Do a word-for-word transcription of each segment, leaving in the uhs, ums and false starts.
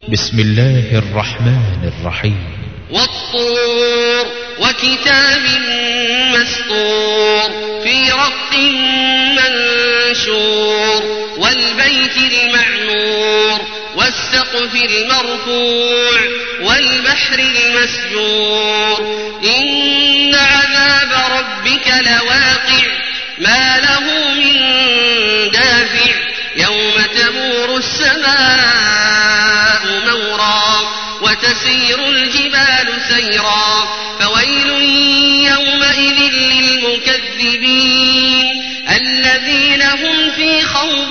بسم الله الرحمن الرحيم. والطور وكتاب مسطور في رق منشور والبيت المعمور والسقف المرفوع والبحر المسجور إن عذاب ربك لواقع ما له من دافع يوم تمور السماء مورا وتسير الجبال سيرا فويل يومئذ للمكذبين الذين هم في خوض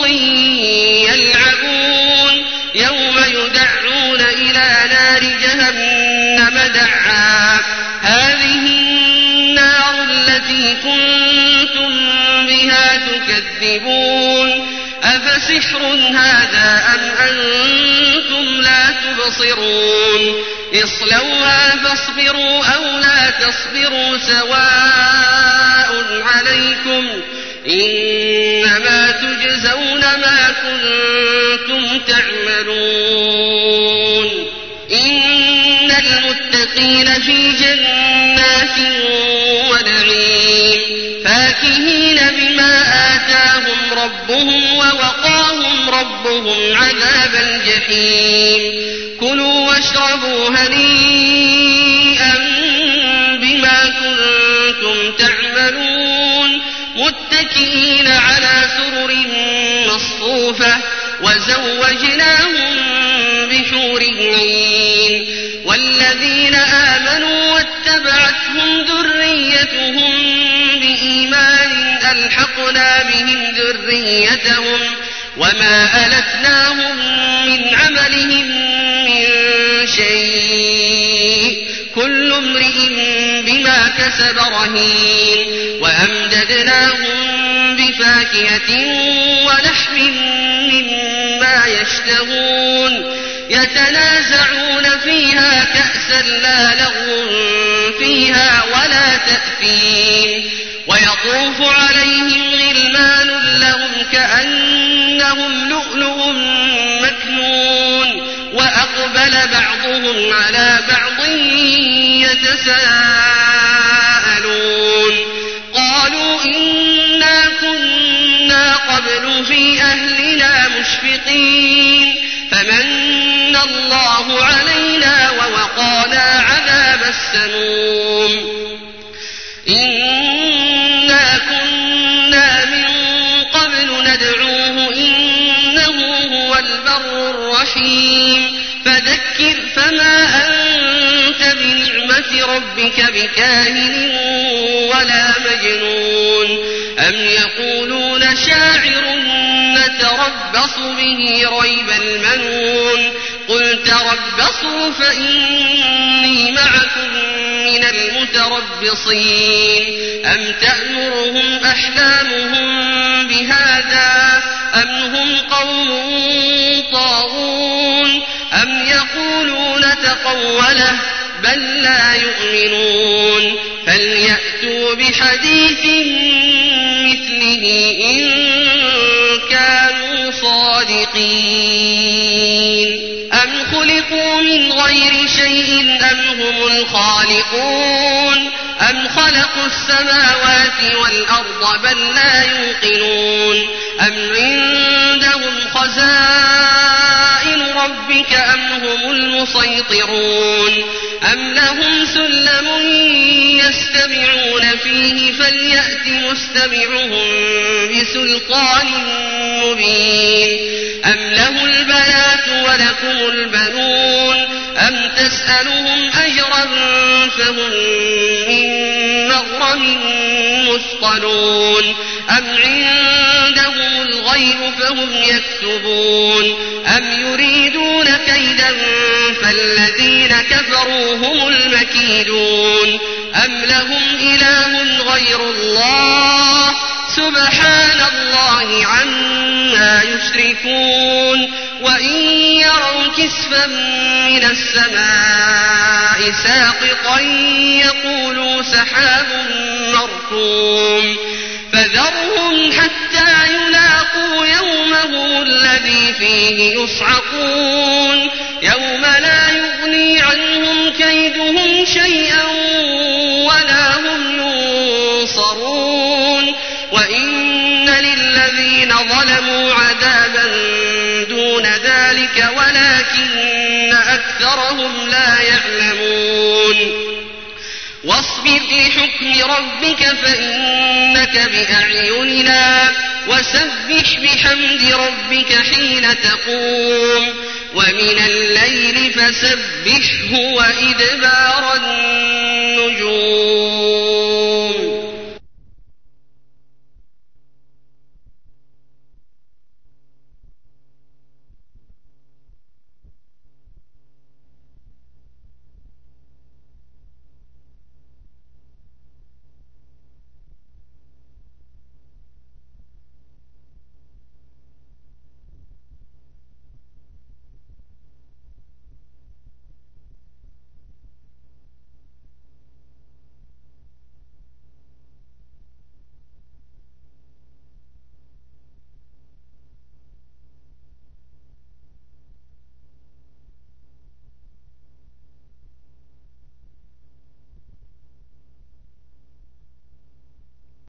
يلعبون يوم يدعون إلى نار جهنم دعا هذه النار التي كنتم بها تكذبون أفسحر هذا أم أنتم لا تبصرون اصلوها فاصبروا أو لا تصبروا سواء عليكم إنما تجزون ما كنتم تعملون إن المتقين في جنات ونعيم فاكهين بما آتاهم ربهم ووقاهم ربهم عذاب الجحيم كلوا واشربوا هنيئا بما كنتم تعملون متكئين على سرر مصفوفة وزوجناهم بحور عين والذين آمنوا واتبعتهم ذريتهم بإيمان ألحقنا بهم ذريتهم وما ألتناهم من عملهم من شيء كل امرئ بما كسب رهين وأمددناهم بفاكهة ولحم مما يشتهون يتنازعون فيها كأسا لا لغو فيها ولا تأثيم ويطوف عليهم غلمان لهم كأنهم لؤلؤ مكنون وأقبل بعضهم على بعض يتساءلون قالوا إنا كنا قبل في أهلنا مشفقين فمن الله علينا ووقانا عذاب السموم إنا كنا من قبل ندعوه إنه هو البر الرحيم فذكر فما أنت بنعمة ربك بكاهن ولا مجنون أم يقولون شاعر نتربص به ريب المنون قل تربصوا فإني معكم من المتربصين أم تأمرهم أحلامهم بهذا أم هم قوم طاغون أم يقولون تقوله بل لا يؤمنون فليأتوا بحديث مثله إن كانوا صادقين أم خلقوا من غير شيء أم هم الخالقون أم خلقوا السماوات والأرض بل لا يوقنون أم عندهم خزائن ربك أم هم المسيطرون أم لهم سلم يستمعون فيه فليأت مستمعهم بسلطان مبين أم له البنات ولكم البنون أم تسألهم أجرا فهم من مغرم مثقلون أم عندهم الغيب فهم يكتبون أم يريدون كيدا فالذين كفروا هم المكيدون أم لهم إله غير الله سبحان الله عما يشركون وإن يروا كسفا من السماء ساقطا يقولوا سحاب مركوم فذرهم حتى يلاقوا يومهم الذي فيه يصعقون يوم ولكن أكثرهم لا يعلمون واصبر لحكم ربك فإنك بأعيننا وسبح بحمد ربك حين تقوم ومن الليل فسبحه وإدبار النجوم